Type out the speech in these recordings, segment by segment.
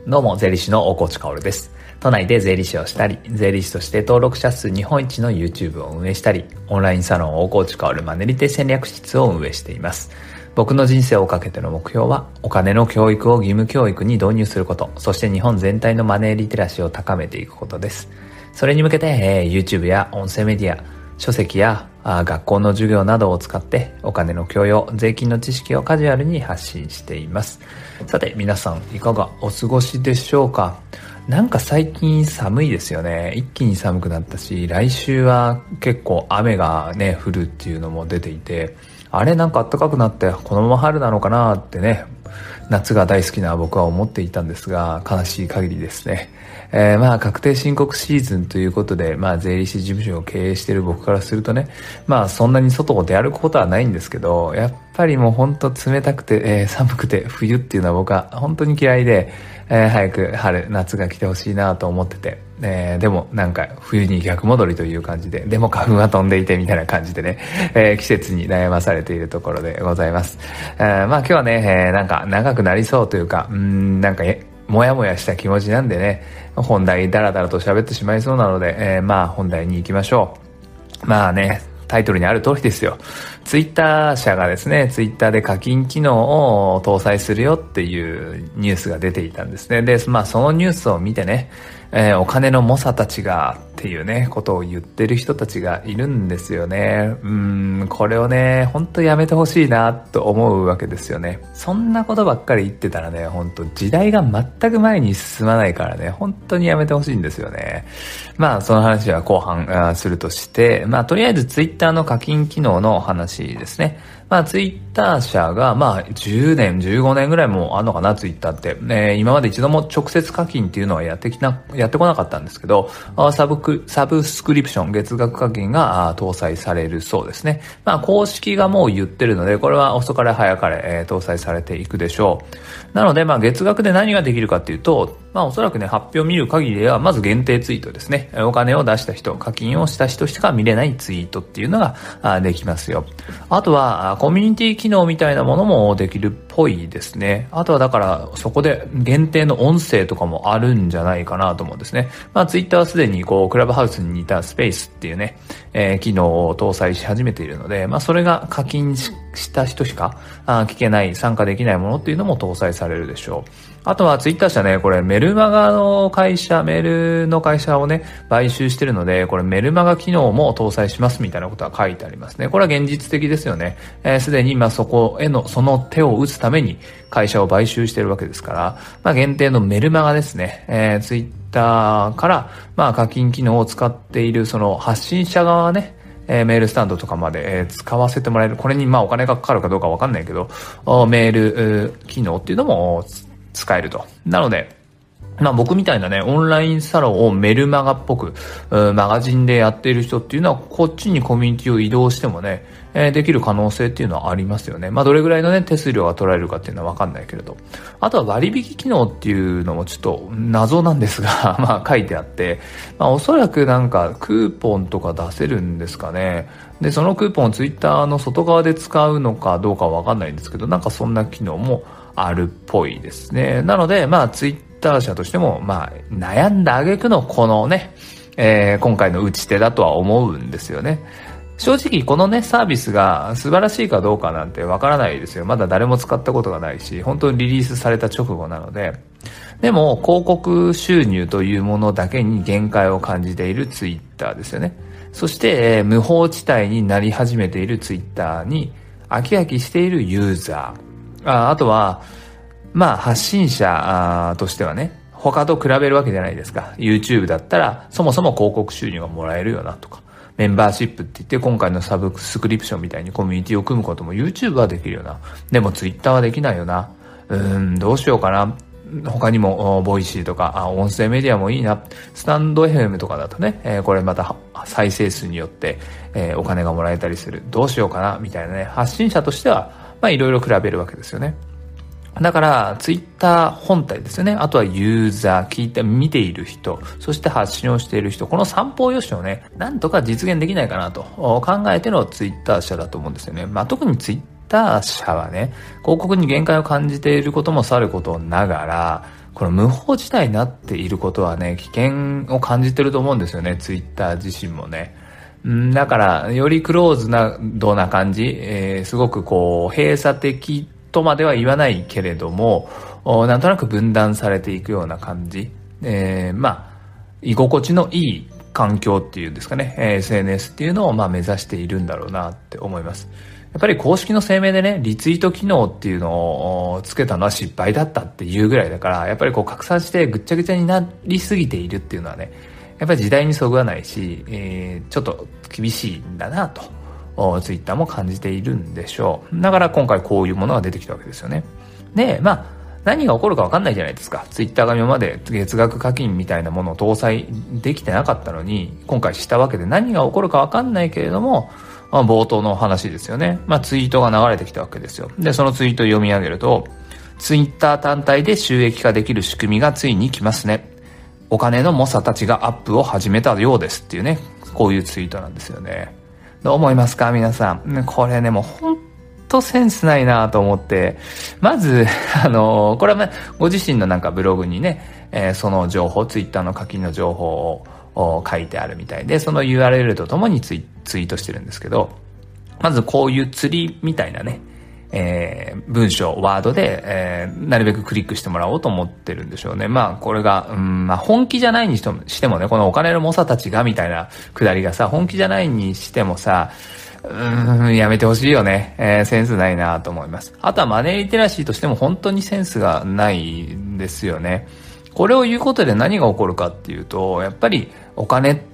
どうも、税理士の大河内薫です。都内で税理士をしたり、税理士として登録者数日本一の YouTube を運営したり、オンラインサロン大河内薫マネリテ戦略室を運営しています。僕の人生をかけての目標は、お金の教育を義務教育に導入すること、そして日本全体のマネーリテラシーを高めていくことです。それに向けて、YouTube や音声メディア、書籍や学校の授業などを使ってお金の教養、税金の知識をカジュアルに発信しています。さて皆さんいかがお過ごしでしょうか。なんか最近寒いですよね。一気に寒くなったし、来週は結構雨がね降るっていうのも出ていて、あれなんか暖かくなってこのまま春なのかなってね、夏が大好きな僕は思っていたんですが、悲しい限りですね。確定申告シーズンということで、税理士事務所を経営している僕からするとね、そんなに外を出歩くことはないんですけど、やっぱりもう本当冷たくて、寒くて冬っていうのは僕は本当に嫌いで、早く春、夏が来てほしいなと思ってて、でもなんか冬に逆戻りという感じで、でも花粉は飛んでいてみたいな感じでね、季節に悩まされているところでございます。今日はね、なんか長くなりそうというか、もやもやした気持ちなんでね、本題ダラダラと喋ってしまいそうなので、本題に行きましょう。タイトルにある通りですよ。ツイッター社がですね、ツイッターで課金機能を搭載するよっていうニュースが出ていたんですね。で、そのニュースを見てね、お金の猛者たちがっていうね、ことを言ってる人たちがいるんですよね。これをね、ほんとやめてほしいなと思うわけですよね。そんなことばっかり言ってたらね、ほんと時代が全く前に進まないからね、本当にやめてほしいんですよね。その話は後半するとして、とりあえずツイッターの課金機能の話ですね。ツイッター社が10年、15年ぐらいもあんのかな、ツイッターって。今まで一度も直接課金っていうのはやってこなかったんですけど、サブスクリプション、月額課金が搭載されるそうですね。公式がもう言ってるので、これは遅かれ早かれ、搭載されていくでしょう。なので、月額で何ができるかっていうと、おそらくね、発表を見る限りでは、まず限定ツイートですね。お金を出した人、課金をした人しか見れないツイートっていうのができますよ。あとは、コミュニティ機能みたいなものもできるっぽいですね。あとはだから、そこで限定の音声とかもあるんじゃないかなと思うんですね。ツイッターはすでにクラブハウスに似たスペースっていうね、機能を搭載し始めているので、それが課金した人しか聞けない、参加できないものっていうのも搭載されるでしょう。あとはツイッター社ね、これメルマガの会社、メールの会社をね、買収してるので、これメルマガ機能も搭載しますみたいなことは書いてありますね。これは現実的ですよね。すでにそこへの、その手を打つために会社を買収してるわけですから、限定のメルマガですね。ツイッターから、課金機能を使っているその発信者側はね、メールスタンドとかまで、使わせてもらえる。これにお金がかかるかどうかわかんないけど、メール機能っていうのも使えると。なので、僕みたいなね、オンラインサロンをメルマガっぽく、マガジンでやっている人っていうのは、こっちにコミュニティを移動してもね、できる可能性っていうのはありますよね。どれぐらいのね、手数料が取られるかっていうのはわかんないけれど。あとは割引機能っていうのもちょっと謎なんですが、書いてあって、おそらくなんかクーポンとか出せるんですかね。で、そのクーポンをツイッターの外側で使うのかどうかわかんないんですけど、なんかそんな機能もあるっぽいですね。なので、ツイッター社としても、悩んだ挙句のこのね、今回の打ち手だとは思うんですよね。正直このね、サービスが素晴らしいかどうかなんてわからないですよ。まだ誰も使ったことがないし、本当にリリースされた直後なので。でも、広告収入というものだけに限界を感じているツイッターですよね。そして、無法地帯になり始めているツイッターに飽き飽きしているユーザー。あとは、発信者としてはね、他と比べるわけじゃないですか。YouTube だったら、そもそも広告収入がもらえるよなとか。メンバーシップって言って今回のサブスクリプションみたいにコミュニティを組むことも YouTube はできるよな。でも Twitter はできないよな。どうしようかな。他にもボイシーとか音声メディアもいいな。スタンド FM とかだとね、これまた再生数によって、お金がもらえたりする。どうしようかなみたいなね。発信者としてはいろいろ比べるわけですよね。だから、ツイッター本体ですよね。あとはユーザー、見ている人、そして発信をしている人、この三方よしをね、なんとか実現できないかなと考えてのツイッター社だと思うんですよね。特にツイッター社はね、広告に限界を感じていることもさることながら、 この無法地帯になっていることはね、危険を感じてると思うんですよね、ツイッター自身もね。だから、よりクローズなどな感じ、すごくこう、閉鎖的とまでは言わないけれども、なんとなく分断されていくような感じ。居心地のいい環境っていうんですかね、SNS っていうのを目指しているんだろうなって思います。やっぱり公式の声明でね、リツイート機能っていうのをつけたのは失敗だったっていうぐらいだから、やっぱりこう拡散してぐっちゃぐちゃになりすぎているっていうのはね、やっぱり時代にそぐわないし、ちょっと厳しいんだなと、ツイッターも感じているんでしょう。だから今回こういうものが出てきたわけですよね。で、何が起こるか分かんないじゃないですか。ツイッターが今まで月額課金みたいなものを搭載できてなかったのに、今回したわけで何が起こるか分かんないけれども、冒頭の話ですよね。ツイートが流れてきたわけですよ。で、そのツイートを読み上げると、ツイッター単体で収益化できる仕組みがついに来ますね。お金の猛者たちがアップを始めたようですっていうね、こういうツイートなんですよね。どう思いますか皆さん。これね、もう本当センスないなと思って、まず、これはご自身のなんかブログにね、その情報、ツイッターの課金の情報を書いてあるみたいで、その URL とともにツイートしてるんですけど、まずこういう釣りみたいなね、文章、ワードで、なるべくクリックしてもらおうと思ってるんでしょうね。これが、本気じゃないにしてもね、このお金の猛者たちがみたいなくだりがさ、本気じゃないにしてもさ、やめてほしいよね。センスないなと思います。あとはマネーリテラシーとしても本当にセンスがないんですよね。これを言うことで何が起こるかっていうと、やっぱりお金って、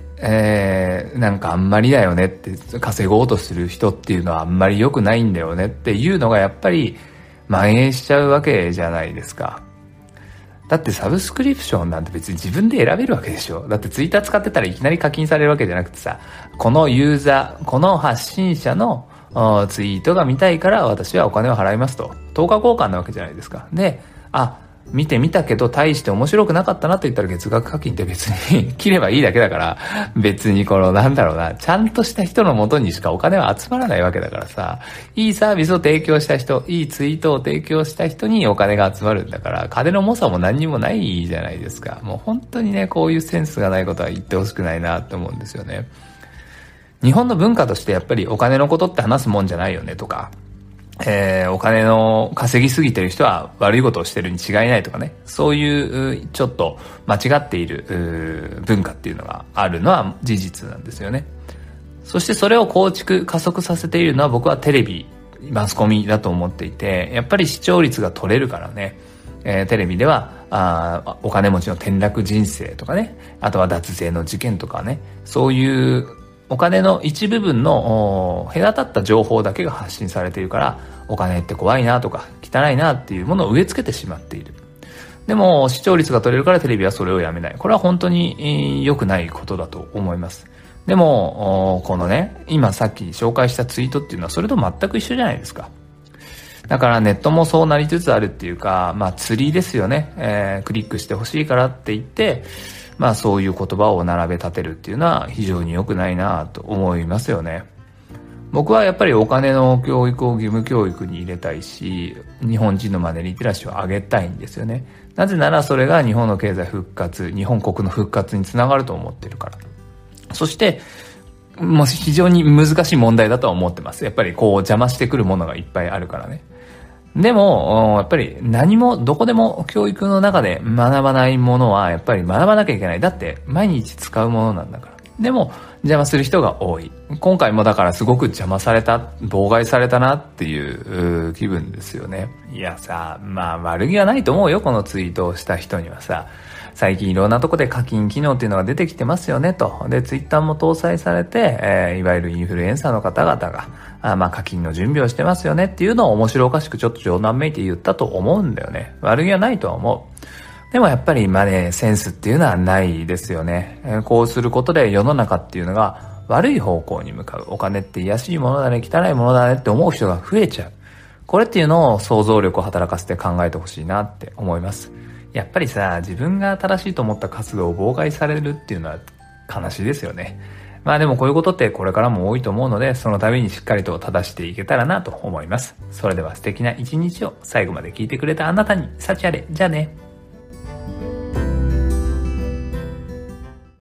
なんかあんまりだよねって、稼ごうとする人っていうのはあんまり良くないんだよねっていうのがやっぱり蔓延しちゃうわけじゃないですか。だってサブスクリプションなんて別に自分で選べるわけでしょ。だってツイッター使ってたらいきなり課金されるわけじゃなくてさ、このユーザー、この発信者のツイートが見たいから私はお金を払いますと。10日交換なわけじゃないですか。で、見てみたけど大して面白くなかったなと言ったら月額課金って別に切ればいいだけだから、別にこのちゃんとした人の元にしかお金は集まらないわけだからさ、いいサービスを提供した人、いいツイートを提供した人にお金が集まるんだから、金の猛者も何にもないじゃないですか。もう本当にね、こういうセンスがないことは言ってほしくないなって思うんですよね。日本の文化としてやっぱりお金のことって話すもんじゃないよねとか、お金の稼ぎすぎてる人は悪いことをしてるに違いないとかね。そういうちょっと間違っている文化っていうのがあるのは事実なんですよね。そしてそれを加速させているのは僕はテレビ、マスコミだと思っていて、やっぱり視聴率が取れるからね。テレビではお金持ちの転落人生とかね。あとは脱税の事件とかね。そういうお金の一部分の隔たった情報だけが発信されているから、お金って怖いなとか汚いなっていうものを植え付けてしまっている。でも視聴率が取れるからテレビはそれをやめない。これは本当に良くないことだと思います。でもこのね、今さっき紹介したツイートっていうのはそれと全く一緒じゃないですか。だからネットもそうなりつつあるっていうか、釣りですよね。クリックしてほしいからって言って、そういう言葉を並べ立てるっていうのは非常に良くないなと思いますよね。僕はやっぱりお金の教育を義務教育に入れたいし、日本人のマネーリテラシーを上げたいんですよね。なぜならそれが日本の経済復活、日本国の復活につながると思ってるから。そして、もう非常に難しい問題だとは思ってます。やっぱり邪魔してくるものがいっぱいあるからね。でも、やっぱり何もどこでも教育の中で学ばないものはやっぱり学ばなきゃいけない。だって毎日使うものなんだから。でも邪魔する人が多い。今回もだからすごく邪魔された、妨害されたなっていう気分ですよね。いやさ、悪気はないと思うよ、このツイートをした人にはさ。最近いろんなとこで課金機能っていうのが出てきてますよねと。で、ツイッターも搭載されて、いわゆるインフルエンサーの方々が、課金の準備をしてますよねっていうのを面白おかしくちょっと冗談めいて言ったと思うんだよね。悪気はないとは思う。でもやっぱりセンスっていうのはないですよね。こうすることで世の中っていうのが悪い方向に向かう。お金って卑しいものだね、汚いものだねって思う人が増えちゃう。これっていうのを想像力を働かせて考えてほしいなって思います。やっぱりさ、自分が正しいと思った活動を妨害されるっていうのは悲しいですよね。でもこういうことってこれからも多いと思うので、その度にしっかりと正していけたらなと思います。それでは素敵な一日を最後まで聞いてくれたあなたに幸あれ。じゃあね。